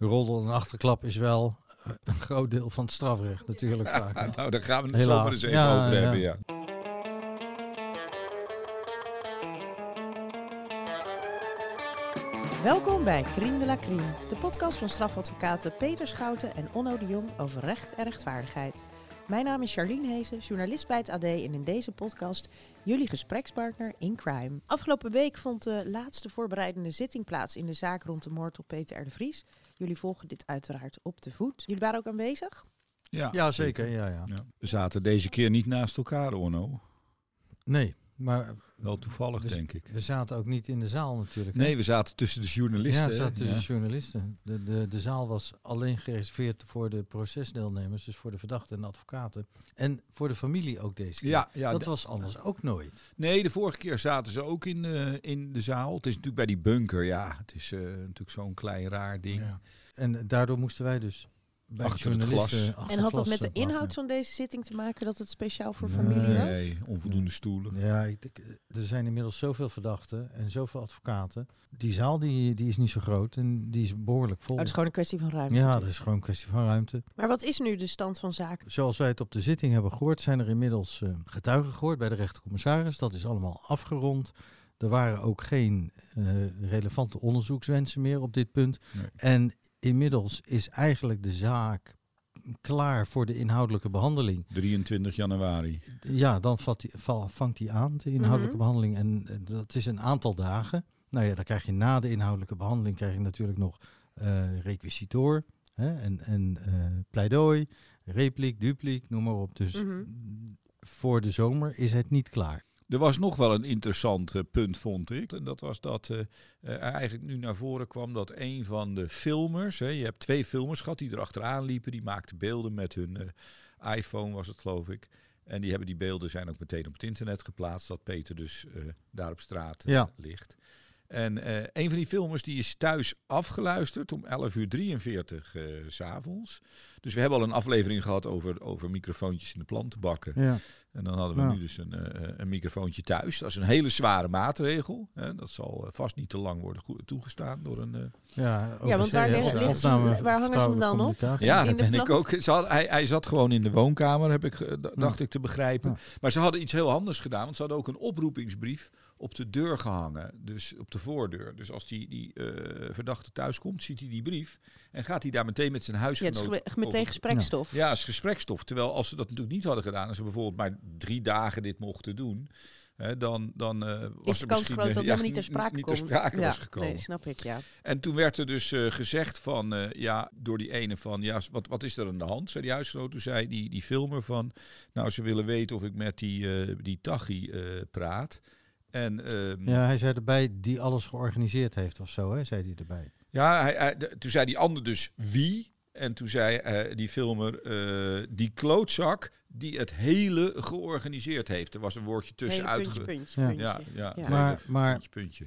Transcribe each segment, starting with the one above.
roddel en achterklap is wel een groot deel van het strafrecht natuurlijk. Vaak. Nou, daar gaan we het Helaas. zo maar eens even over hebben. Ja. Welkom bij Crime de la Crime, de podcast van strafadvocaten Peter Schouten en Onno de Jong over recht en rechtvaardigheid. Mijn naam is Charlene Hezen, journalist bij het AD en in deze podcast jullie gesprekspartner in crime. Afgelopen week vond de laatste voorbereidende zitting plaats in de zaak rond de moord op Peter R. de Vries. Jullie volgen dit uiteraard op de voet. Jullie waren ook aanwezig? Ja, zeker. Ja. We zaten deze keer niet naast elkaar, Onno. Nee, maar Wel toevallig, denk ik. we zaten ook niet in de zaal natuurlijk. Nee, we zaten tussen de journalisten. Ja, we zaten tussen Ja. journalisten. De zaal was alleen gereserveerd voor de procesdeelnemers, dus voor de verdachten en de advocaten. En voor de familie ook deze keer. Ja, dat was anders ook nooit. Nee, de vorige keer zaten ze ook in de zaal. Het is natuurlijk bij die bunker, ja. Het is natuurlijk zo'n klein raar ding. Ja. En daardoor moesten wij dus bij Achter het journalisten glas. achter En had dat glas met de blaffen. inhoud van deze zitting te maken dat het speciaal voor familie was? Nee, onvoldoende stoelen. Ja, er zijn inmiddels zoveel verdachten en zoveel advocaten. Die zaal die is niet zo groot en die is behoorlijk vol. Oh, het is gewoon een kwestie van ruimte. Ja, dat is gewoon een kwestie van ruimte. Maar wat is nu de stand van zaken? Zoals wij het op de zitting hebben gehoord, zijn er inmiddels getuigen gehoord bij de rechtercommissaris. Dat is allemaal afgerond. Er waren ook geen relevante onderzoekswensen meer op dit punt. Nee. En inmiddels is eigenlijk de zaak klaar voor de inhoudelijke behandeling. 23 januari. Ja, dan vangt die aan, de inhoudelijke behandeling. En dat is een aantal dagen. Nou ja, dan krijg je na de inhoudelijke behandeling krijg je natuurlijk nog requisitor en pleidooi, repliek, dupliek, noem maar op. Dus voor de zomer is het niet klaar. Er was nog wel een interessant punt, vond ik. En dat was dat er eigenlijk nu naar voren kwam dat een van de filmers... je hebt 2 filmers gehad die erachteraan liepen. Die maakten beelden met hun iPhone, was het geloof ik. En die beelden zijn ook meteen op het internet geplaatst. Dat Peter dus daar op straat ligt. En een van die filmers die is thuis afgeluisterd om 11:43 s'avonds. Dus we hebben al een aflevering gehad over microfoontjes in de plantenbakken. Ja. En dan hadden we nu dus een microfoontje thuis. Dat is een hele zware maatregel. Hè. Dat zal vast niet te lang worden toegestaan door een... Ja, want waar hangen ze hem dan op? Ja, In dat de ben ik ook. Hij zat gewoon in de woonkamer, dacht ik te begrijpen. Ja. Maar ze hadden iets heel anders gedaan. Want ze hadden ook een oproepingsbrief op de deur gehangen. Dus op de voordeur. Dus als die verdachte thuis komt, ziet hij die brief. En gaat hij daar meteen met zijn huisgenoot... Ja, het is meteen gesprekstof. Ja, is gesprekstof. Terwijl als ze dat natuurlijk niet hadden gedaan... en ze bijvoorbeeld maar 3 dagen dit mochten doen... dan was de er kans misschien groot dat helemaal niet ter sprake komt. was gekomen. Nee, snap ik, ja. En toen werd er dus gezegd van, door die ene van, wat is er aan de hand? Zei die huisgenoot, toen zei die filmer van, nou, ze willen weten of ik met die Taghi praat. En, hij zei erbij die alles georganiseerd heeft of zo, hè, zei hij erbij. Ja, toen zei die ander dus wie. En toen zei die filmer, die klootzak die het hele georganiseerd heeft. Er was een woordje tussen Puntje. Ja. Maar puntje.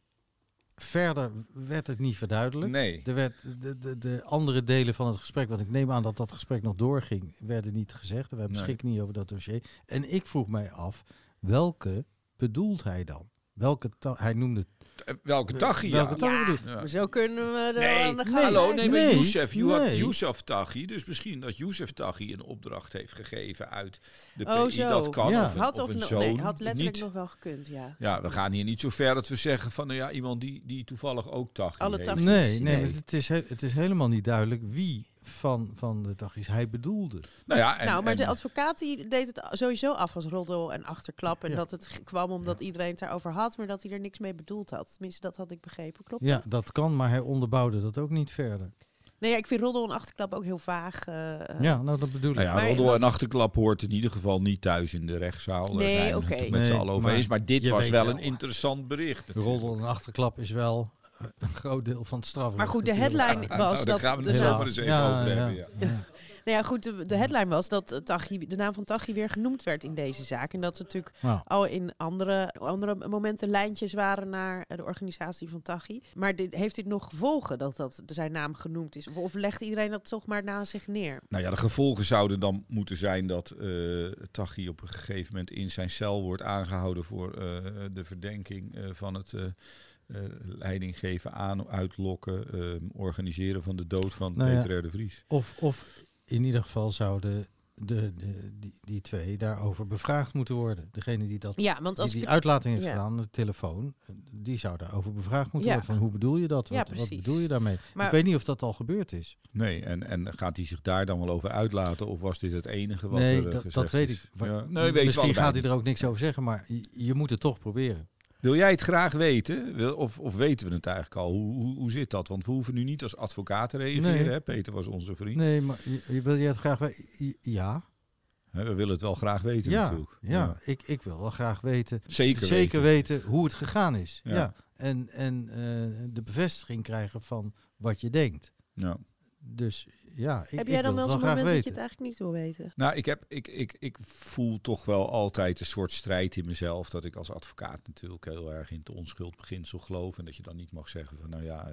verder werd het niet verduidelijkt. Nee. Er werd de andere delen van het gesprek, want ik neem aan dat gesprek nog doorging, werden niet gezegd. We beschikken niet over dat dossier. En ik vroeg mij af, welke bedoelt hij dan? Hij noemde... Welke Taghi? Welke Taghi bedoelt? Maar zo kunnen we er aan de gang. Hallo, maar Youssef. Je had Nee. Youssef Taghi. Dus misschien dat Youssef Taghi een opdracht heeft gegeven uit de Oh, PI. zo. Dat kan. Ja. Of een zoon. had letterlijk niet. nog wel gekund, ja. Ja, we gaan hier niet zo ver dat we zeggen van iemand die toevallig ook Taghi Alle heeft. Taghi's. Nee, Nee. maar het is helemaal niet duidelijk wie van de Taghi's hij bedoelde. Nou ja, Maar de advocaat die deed het sowieso af als roddel en achterklap. En Ja. dat het kwam omdat iedereen het daarover had, maar dat hij er niks mee bedoeld had. Tenminste, dat had ik begrepen. Klopt Ja, dat? dat kan, maar hij onderbouwde dat ook niet verder. Nee, ik vind roddel en achterklap ook heel vaag. Ja, nou dat bedoel ik. Nou ja, Maar roddel wat- en achterklap hoort in ieder geval niet thuis in de rechtszaal. Daar Nee, zijn we oké. het met z'n Nee, allen over maar eens. Maar dit je was weet wel wel. een interessant bericht. De roddel en achterklap is wel een groot deel van het strafrecht. Maar goed, de natuurlijk. headline was Daar dat... gaan we de het zo zaak- maar eens even over hebben. Ja. Nou ja, goed, de headline was dat de naam van Taghi weer genoemd werd in deze zaak. En dat er natuurlijk Nou, al in andere momenten lijntjes waren naar de organisatie van Taghi. Maar heeft dit nog gevolgen dat zijn naam genoemd is? Of legt iedereen dat toch maar naast zich neer? Nou ja, de gevolgen zouden dan moeten zijn dat Taghi op een gegeven moment in zijn cel wordt aangehouden voor de verdenking van het leiding geven aan, uitlokken, organiseren van de dood van Nou ja, Peter R. de Vries. Of in ieder geval zouden die twee daarover bevraagd moeten worden. Degene die Ja, want als die uitlating heeft Ja. gedaan, de telefoon, die zou daarover bevraagd moeten Ja. worden. Van hoe bedoel je dat? Ja, Wat precies. bedoel je daarmee? Maar- Ik weet niet of dat al gebeurd is. Nee, en gaat hij zich daar dan wel over uitlaten? Of was dit het enige wat Nee, er dat gezegd weet is? ik. Ja. Nee, weet Misschien je gaat hij er ook niks over zeggen, maar je moet het toch proberen. Wil jij het graag weten? Of weten we het eigenlijk al? Hoe zit dat? Want we hoeven nu niet als advocaat te reageren. Nee. Hè? Peter was onze vriend. Nee, maar wil je het graag weten? Ja. Hè, we willen het wel graag weten Ja, natuurlijk. ja. Ik wil wel graag weten. Zeker weten hoe het gegaan is. Ja. Ja. En de bevestiging krijgen van wat je denkt. Ja. Dus ja, heb ik jij dan wil wel het zo'n wel graag moment dat je weten. het eigenlijk niet wil weten? Nou, ik voel toch wel altijd een soort strijd in mezelf. Dat ik als advocaat natuurlijk heel erg in het onschuldbeginsel geloof. En dat je dan niet mag zeggen van nou ja,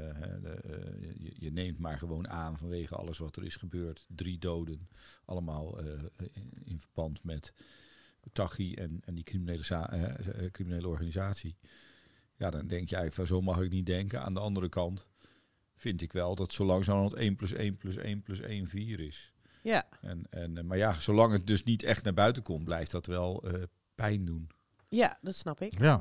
je neemt maar gewoon aan vanwege alles wat er is gebeurd. 3 doden, allemaal in verband met Taghi en die criminele organisatie. Ja, dan denk je eigenlijk van zo mag ik niet denken. Aan de andere kant vind ik wel dat zo langzamerhand 1 + 1 + 1 + 1 4 is. Ja. Maar ja, zolang het dus niet echt naar buiten komt, blijft dat wel pijn doen. Ja, dat snap ik. Ja,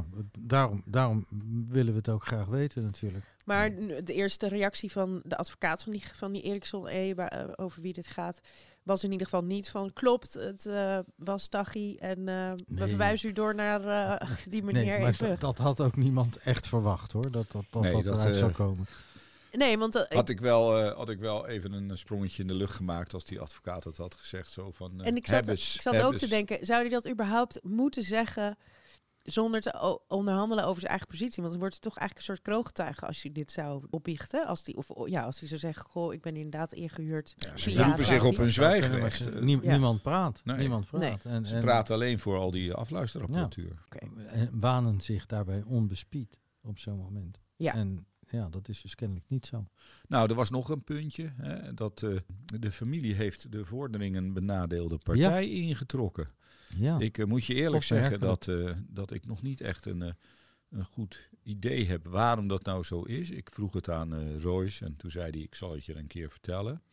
daarom willen we het ook graag weten natuurlijk. Maar de eerste reactie van de advocaat van die Eriksson over wie dit gaat, was in ieder geval niet van klopt, het was Taghi en we Nee. verwijzen u door naar die meneer. Nee, maar even. dat had ook niemand echt verwacht hoor, dat eruit zou komen. Nee, want Had ik wel even een sprongetje in de lucht gemaakt als die advocaat het had gezegd. Zo van, en ik zat ook te denken, zou hij dat überhaupt moeten zeggen zonder te onderhandelen over zijn eigen positie? Want dan wordt het toch eigenlijk een soort kroongetuige als je dit zou opbiechten. Als hij zou zeggen, goh, ik ben inderdaad ingehuurd. Ja, ze via beroepen zich Taghi. op hun zwijgrecht. Ja. Niemand praat. Nee. Niemand praat. Nee. En, Ze praten alleen voor al die afluisterapparatuur. en wanen zich daarbij onbespied op zo'n moment. Ja. En ja, dat is dus kennelijk niet zo. Nou, er was nog een puntje. Hè, dat de familie heeft de vorderingen benadeelde partij ingetrokken. Ja. Ik moet je eerlijk zeggen Opmerkelijk. dat ik nog niet echt een goed idee heb waarom dat nou zo is. Ik vroeg het aan Royce en toen zei hij, ik zal het je een keer vertellen.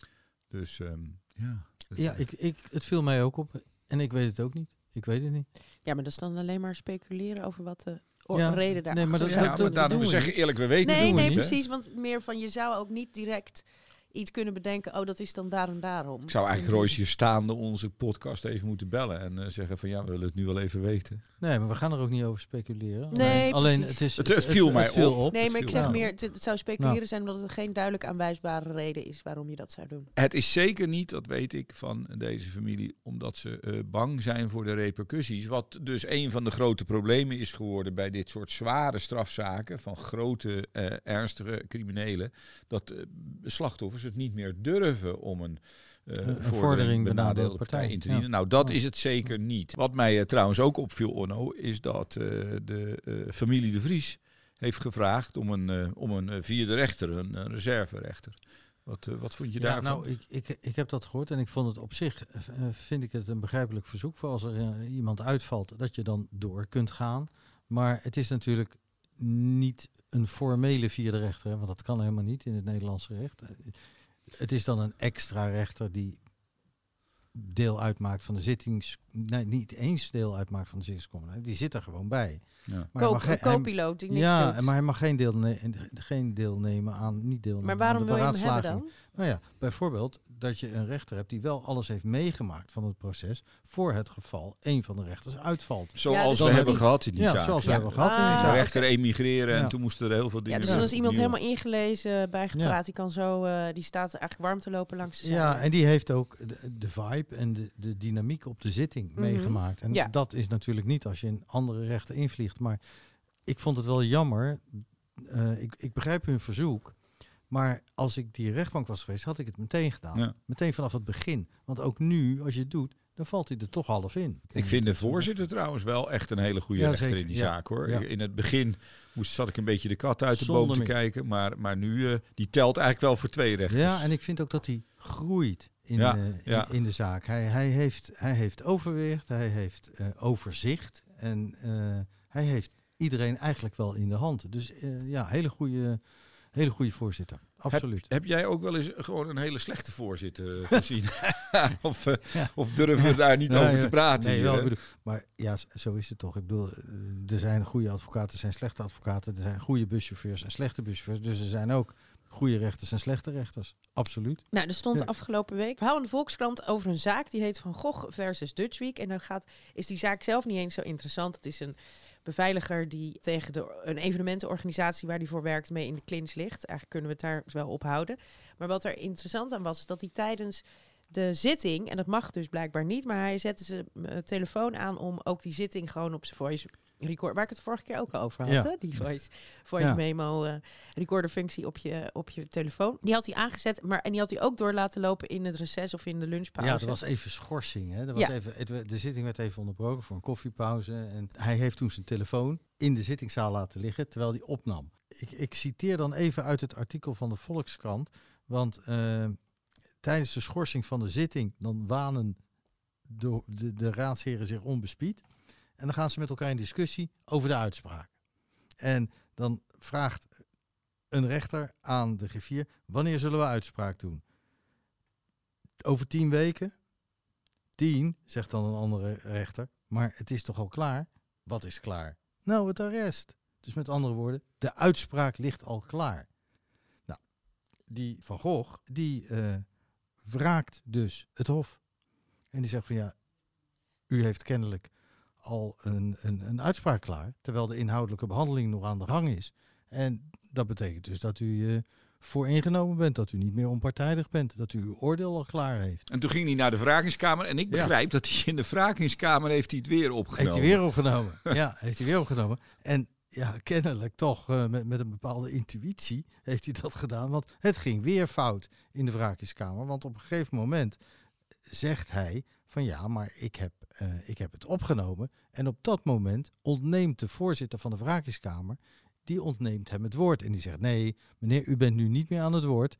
Dus ja. Ja, het viel mij ook op. En ik weet het ook niet. Ik weet het niet. Ja, maar dat is dan alleen maar speculeren over wat de Ja, reden daar nee, maar dat is achter ook- zit. dat daarom doen we zeggen niet. eerlijk, we weten Nee, het nee, niet. Hè? precies. Want meer van, je zou ook niet direct iets kunnen bedenken, oh, dat is dan daarom. Ik zou eigenlijk Royce hier staande onze podcast even moeten bellen en zeggen van ja, we willen het nu wel even weten. Nee, maar we gaan er ook niet over speculeren. Nee, alleen precies. het viel mij op. Nee, maar ik viel zeg mij meer, op. het zou speculeren zijn omdat het geen duidelijk aanwijsbare reden is waarom je dat zou doen. Het is zeker niet, dat weet ik van deze familie, omdat ze bang zijn voor de repercussies. Wat dus een van de grote problemen is geworden bij dit soort zware strafzaken van grote, ernstige criminelen. Dat slachtoffers het niet meer durven om een vordering benadeelde partij in te dienen. Ja. Nou, dat is het zeker niet. Wat mij trouwens ook opviel, Onno, is dat de familie De Vries heeft gevraagd om een vierde rechter, een reserverechter. Wat vond je daarvan? Nou, ik heb dat gehoord en ik vond het op zich, vind ik het een begrijpelijk verzoek voor als er iemand uitvalt, dat je dan door kunt gaan. Maar het is natuurlijk niet een formele vierde rechter, hè, want dat kan helemaal niet in het Nederlandse recht. Het is dan een extra rechter die deel uitmaakt van de zittings... Nee, niet eens deel uitmaakt van de zittingscommissie. Die zit er gewoon bij. Ja. Maar hij mag Een co-piloot die niks ja, doet. maar hij mag geen deelnemen aan Maar waarom aan de wil je hem hebben beraadslaging. dan? Nou ja, bijvoorbeeld dat je een rechter hebt die wel alles heeft meegemaakt van het proces voor het geval een van de rechters uitvalt. Zoals dus we dan hebben die- gehad in die zaak. zoals we Ja. hebben gehad in Ah, die De zaak. rechter emigreren en Ja. toen moesten er heel veel Ja, dingen... dus dan is iemand opnieuw. helemaal ingelezen, bijgepraat. Die kan zo, die staat eigenlijk warm te lopen langs de zijde. Ja, en die heeft ook de vibe en de dynamiek op de zitting Mhm. meegemaakt. En Ja. dat is natuurlijk niet als je een andere rechter invliegt. Maar ik vond het wel jammer. Ik begrijp hun verzoek. Maar als ik die rechtbank was geweest, had ik het meteen gedaan. Ja. Meteen vanaf het begin. Want ook nu, als je het doet, dan valt hij er toch half in. Ik vind de voorzitter trouwens wel echt een hele goede Ja, rechter zeker. in die Ja. zaak, hoor. Ja. In het begin zat ik een beetje de kat uit de Zonder boom te meer. kijken. Maar nu, die telt eigenlijk wel voor 2 rechters. Ja, en ik vind ook dat hij groeit in, Ja, in, in de zaak. Hij heeft overwicht, hij heeft overzicht en hij heeft iedereen eigenlijk wel in de hand. Dus hele goede voorzitter. Absoluut. Heb jij ook wel eens gewoon een hele slechte voorzitter gezien? Of durven we daar niet over te praten? Nee, hier, wel, maar ja, zo is het toch. Ik bedoel, er zijn goede advocaten, er zijn slechte advocaten. Er zijn goede buschauffeurs en slechte buschauffeurs. Dus er zijn ook goede rechters en slechte rechters. Absoluut. Nou, er stond de afgelopen week verhaal in de Volkskrant over een zaak die heet Van Gogh versus Dutch Week. En dan is die zaak zelf niet eens zo interessant. Het is een beveiliger die tegen een evenementenorganisatie waar die voor werkt mee in de clinch ligt. Eigenlijk kunnen we het daar wel op houden. Maar wat er interessant aan was, is dat hij tijdens de zitting, en dat mag dus blijkbaar niet, maar hij zette zijn telefoon aan om ook die zitting gewoon op zijn voice record, waar ik het vorige keer ook al over had, hè? Die voice memo recorder functie op je telefoon. Die had hij aangezet, en die had hij ook door laten lopen in het reces of in de lunchpauze. Ja, er was even schorsing. Hè? De zitting werd even onderbroken voor een koffiepauze. En hij heeft toen zijn telefoon in de zittingszaal laten liggen, terwijl hij opnam. Ik citeer dan even uit het artikel van de Volkskrant, want tijdens de schorsing van de zitting, dan wanen de raadsheren zich onbespied. En dan gaan ze met elkaar in discussie over de uitspraak. En dan vraagt een rechter aan de griffier, wanneer zullen we uitspraak doen? Over 10 weken? 10, zegt dan een andere rechter. Maar het is toch al klaar? Wat is klaar? Nou, het arrest. Dus met andere woorden, de uitspraak ligt al klaar. Nou, die Van Gogh, die wraakt dus het Hof. En die zegt van ja, u heeft kennelijk al een uitspraak klaar, terwijl de inhoudelijke behandeling nog aan de gang is. En dat betekent dus dat u vooringenomen bent, dat u niet meer onpartijdig bent, dat u uw oordeel al klaar heeft. En toen ging hij naar de wrakingskamer en ik begrijp dat hij in de wrakingskamer heeft hij het weer opgenomen. Heeft hij weer opgenomen. Ja, heeft hij weer opgenomen. En ja, kennelijk toch met een bepaalde intuïtie heeft hij dat gedaan, want het ging weer fout in de wrakingskamer, want op een gegeven moment zegt hij van ja, maar ik heb het opgenomen. En op dat moment ontneemt de voorzitter van de wrakingskamer, die ontneemt hem het woord. En die zegt, nee, meneer, u bent nu niet meer aan het woord.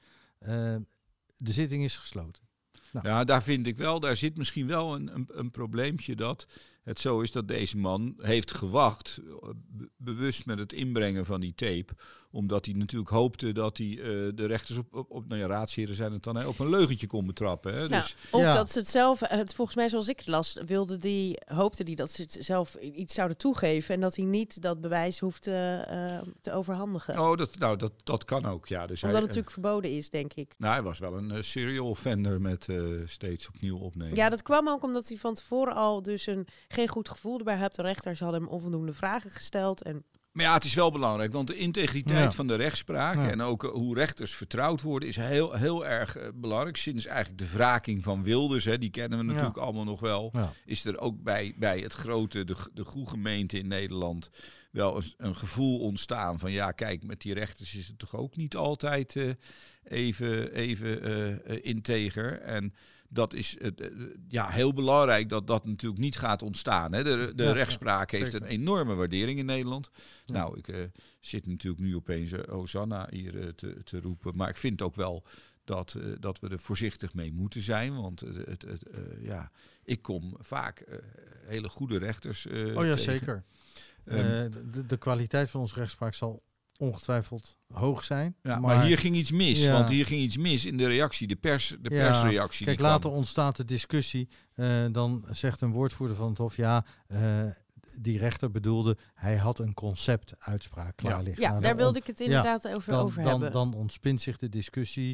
De zitting is gesloten. Nou. Ja, daar vind ik wel, daar zit misschien wel een probleempje dat het zo is dat deze man heeft gewacht, bewust met het inbrengen van die tape, omdat hij natuurlijk hoopte dat hij de rechters raadsheren zijn het dan, op een leugentje kon betrappen. Hè? Nou, dus, dat ze het zelf, volgens mij zoals ik het las, hoopte die dat ze het zelf iets zouden toegeven en dat hij niet dat bewijs hoeft te overhandigen. Oh, dat kan ook, ja. Dus omdat het natuurlijk verboden is, denk ik. Nou, hij was wel een serial offender met steeds opnieuw opnemen. Ja, dat kwam ook omdat hij van tevoren al dus geen goed gevoel erbij had. De rechters hadden hem onvoldoende vragen gesteld. Maar ja, het is wel belangrijk, want de integriteit van de rechtspraak en ook hoe rechters vertrouwd worden is heel, heel erg belangrijk. Sinds eigenlijk de wraking van Wilders, die kennen we natuurlijk allemaal nog wel, is er ook bij het grote, de goede gemeente in Nederland wel een gevoel ontstaan van ja, kijk, met die rechters is het toch ook niet altijd even integer. En dat is heel belangrijk dat natuurlijk niet gaat ontstaan. Hè. De rechtspraak heeft een enorme waardering in Nederland. Ja. Nou, ik zit natuurlijk nu opeens Hosanna hier te roepen. Maar ik vind ook wel dat we er voorzichtig mee moeten zijn. Want ik kom vaak hele goede rechters tegen. Zeker. De kwaliteit van onze rechtspraak zal ongetwijfeld hoog zijn. Ja, maar hier ging iets mis. Want hier ging iets mis in de reactie, de persreactie. Kijk, later ontstaat de discussie. Dan zegt een woordvoerder van het Hof, die rechter bedoelde, hij had een conceptuitspraak klaar liggen. Ja, nou, daar wilde ik het inderdaad over hebben. Dan ontspint zich de discussie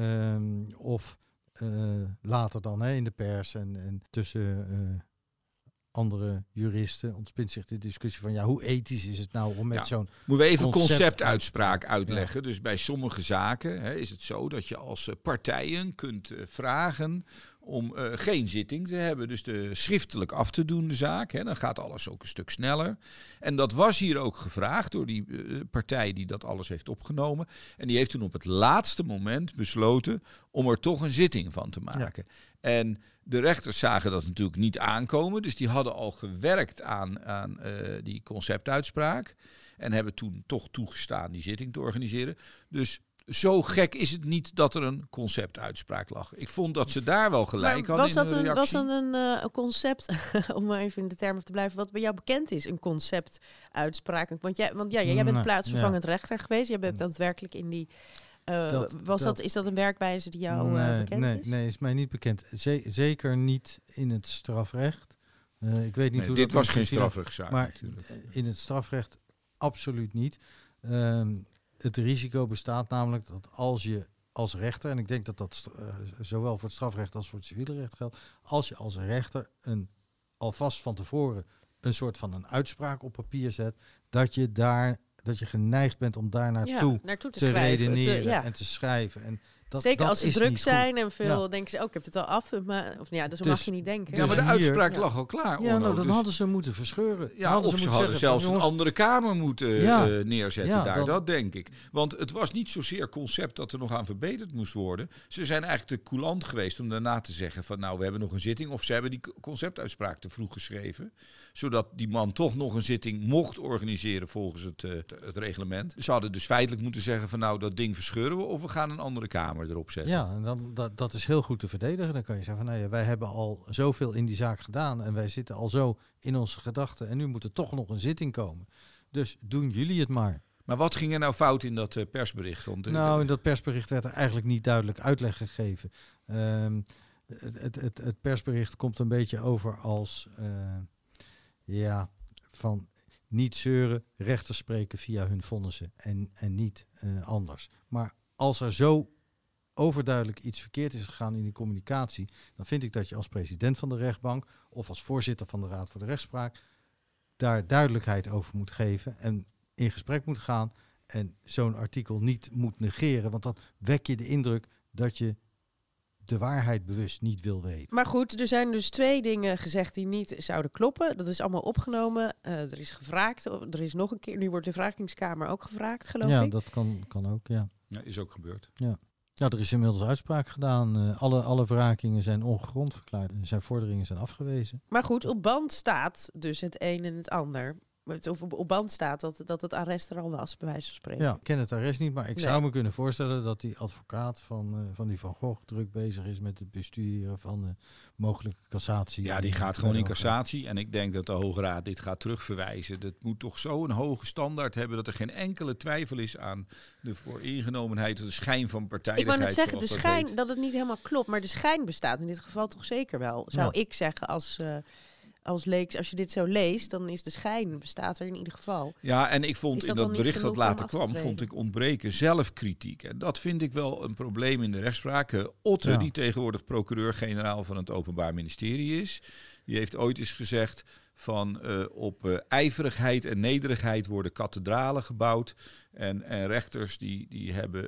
of later dan in de pers en tussen andere juristen ontspint zich de discussie van hoe ethisch is het nou om met zo'n moeten we even conceptuitspraak uitleggen. Ja. Dus bij sommige zaken is het zo dat je als partijen kunt vragen om geen zitting te hebben. Dus schriftelijk af te doen de zaak. Dan gaat alles ook een stuk sneller. En dat was hier ook gevraagd door die partij die dat alles heeft opgenomen. En die heeft toen op het laatste moment besloten om er toch een zitting van te maken. Ja. En de rechters zagen dat natuurlijk niet aankomen. Dus die hadden al gewerkt aan die conceptuitspraak. En hebben toen toch toegestaan die zitting te organiseren. Dus zo gek is het niet dat er een conceptuitspraak lag. Ik vond dat ze daar wel gelijk hadden in hun reactie. Was dat een concept, om maar even in de termen te blijven, wat bij jou bekend is, een conceptuitspraak? Want jij bent plaatsvervangend rechter geweest. Jij bent daadwerkelijk in die... Is dat een werkwijze die jou bekend is? Nee, is mij niet bekend. Zeker niet in het strafrecht. Ik weet niet hoe dit dat was geen strafrechtszaak. Maar in het strafrecht absoluut niet. Het risico bestaat namelijk dat als je als rechter, en ik denk dat dat zowel voor het strafrecht als voor het civiele recht geldt, als je als rechter alvast van tevoren een soort van een uitspraak op papier zet, dat je geneigd bent om daar naartoe te redeneren en te schrijven. En zeker als ze druk zijn en veel denken ze, ik heb het al af. Maar, dus mag je niet denken. Ja, maar de uitspraak lag al klaar. Ja, dan hadden ze moeten verscheuren. Ja, of ze hadden zelfs een andere kamer moeten neerzetten daar. Dat denk ik. Want het was niet zozeer concept dat er nog aan verbeterd moest worden. Ze zijn eigenlijk te coulant geweest om daarna te zeggen van we hebben nog een zitting. Of ze hebben die conceptuitspraak te vroeg geschreven. Zodat die man toch nog een zitting mocht organiseren volgens het reglement. Ze hadden dus feitelijk moeten zeggen van dat ding verscheuren we of we gaan een andere kamer erop zetten. Ja, en dan, dat is heel goed te verdedigen. Dan kan je zeggen van wij hebben al zoveel in die zaak gedaan en wij zitten al zo in onze gedachten en nu moet er toch nog een zitting komen. Dus doen jullie het maar. Maar wat ging er nou fout in dat persbericht? In dat persbericht werd er eigenlijk niet duidelijk uitleg gegeven. Het persbericht komt een beetje over als van niet zeuren, rechters spreken via hun vonnissen en niet anders. Maar als er zo overduidelijk iets verkeerd is gegaan in die communicatie, dan vind ik dat je als president van de rechtbank of als voorzitter van de Raad voor de Rechtspraak daar duidelijkheid over moet geven en in gesprek moet gaan en zo'n artikel niet moet negeren, want dan wek je de indruk dat je de waarheid bewust niet wil weten. Maar goed, er zijn dus 2 dingen gezegd die niet zouden kloppen. Dat is allemaal opgenomen. Er is gevraagd. Er is nog een keer. Nu wordt de vragingskamer ook gevraagd, geloof ik. Ja, dat kan ook, ja. Ja, is ook gebeurd. Ja. Ja, er is inmiddels uitspraak gedaan. Alle wrakingen zijn ongegrond verklaard. Zijn vorderingen zijn afgewezen. Maar goed, op band staat dus het een en het ander. Of op band staat dat het arrest er al was, bij wijze van spreken. Ja, ik ken het arrest niet, maar ik zou me kunnen voorstellen dat die advocaat van die Van Gogh druk bezig is met het besturen van de mogelijke cassatie. Ja, die gaat gewoon in cassatie. En ik denk dat de Hoge Raad dit gaat terugverwijzen. Dat moet toch zo'n hoge standaard hebben dat er geen enkele twijfel is aan de vooringenomenheid, de schijn van partijdigheid. Ik wou net zeggen, de schijn dat het niet helemaal klopt, maar de schijn bestaat in dit geval toch zeker wel. Zou ik zeggen als leek, als je dit zo leest, dan is de schijn bestaat er in ieder geval. Ja, en ik vond in dat bericht dat later kwam, vond ik ontbreken zelfkritiek. En dat vind ik wel een probleem in de rechtspraak. Otte, die tegenwoordig procureur-generaal van het Openbaar Ministerie is, die heeft ooit eens gezegd van op ijverigheid en nederigheid worden kathedralen gebouwd. En rechters die hebben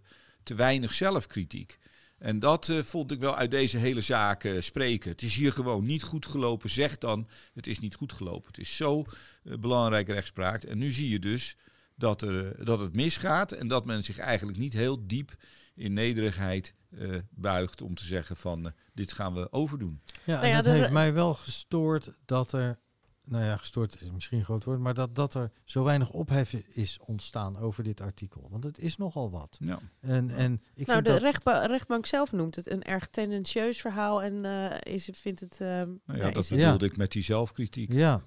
te weinig zelfkritiek. En dat vond ik wel uit deze hele zaak spreken. Het is hier gewoon niet goed gelopen. Zeg dan, het is niet goed gelopen. Het is zo belangrijke rechtspraak. En nu zie je dus dat het misgaat. En dat men zich eigenlijk niet heel diep in nederigheid buigt om te zeggen van dit gaan we overdoen. Ja, en het heeft mij wel gestoord dat er, gestoord is misschien een groot woord, maar dat er zo weinig ophef is ontstaan over dit artikel. Want het is nogal wat. Ja. En ik vind de rechtbank zelf noemt het een erg tendentieus verhaal en vindt het... dat bedoelde ik met die zelfkritiek. Ja,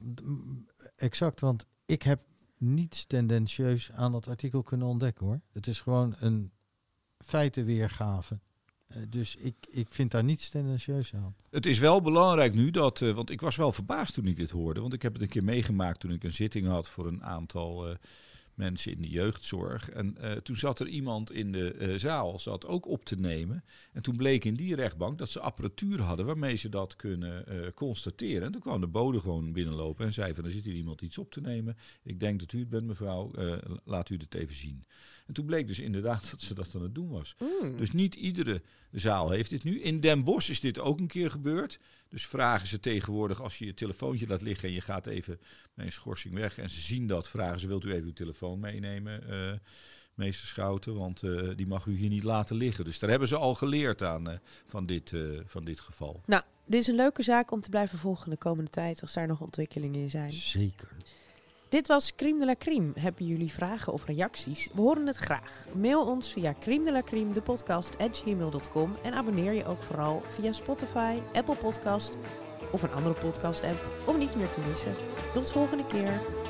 exact. Want ik heb niets tendentieus aan dat artikel kunnen ontdekken, hoor. Het is gewoon een feitenweergave. Dus ik vind daar niets tendentieus aan. Het is wel belangrijk nu dat, want ik was wel verbaasd toen ik dit hoorde. Want ik heb het een keer meegemaakt toen ik een zitting had voor een aantal mensen in de jeugdzorg. En toen zat er iemand in de zaal, zat ook op te nemen. En toen bleek in die rechtbank dat ze apparatuur hadden waarmee ze dat kunnen constateren. En toen kwam de bode gewoon binnenlopen en zei van, er zit hier iemand iets op te nemen. Ik denk dat u het bent, mevrouw, laat u het even zien. En toen bleek dus inderdaad dat ze dat aan het doen was. Dus niet iedere zaal heeft dit nu. In Den Bosch is dit ook een keer gebeurd. Dus vragen ze tegenwoordig, als je je telefoontje laat liggen en je gaat even bij een schorsing weg en ze zien dat, vragen ze, wilt u even uw telefoon meenemen, meester Schouten, want die mag u hier niet laten liggen. Dus daar hebben ze al geleerd aan van dit geval. Nou, dit is een leuke zaak om te blijven volgen de komende tijd, als daar nog ontwikkelingen in zijn. Zeker. Dit was Crème de la Crème. Hebben jullie vragen of reacties? We horen het graag. Mail ons via crèmedelacrème@gmail.com en abonneer je ook vooral via Spotify, Apple Podcast of een andere podcast app om niets meer te missen. Tot volgende keer.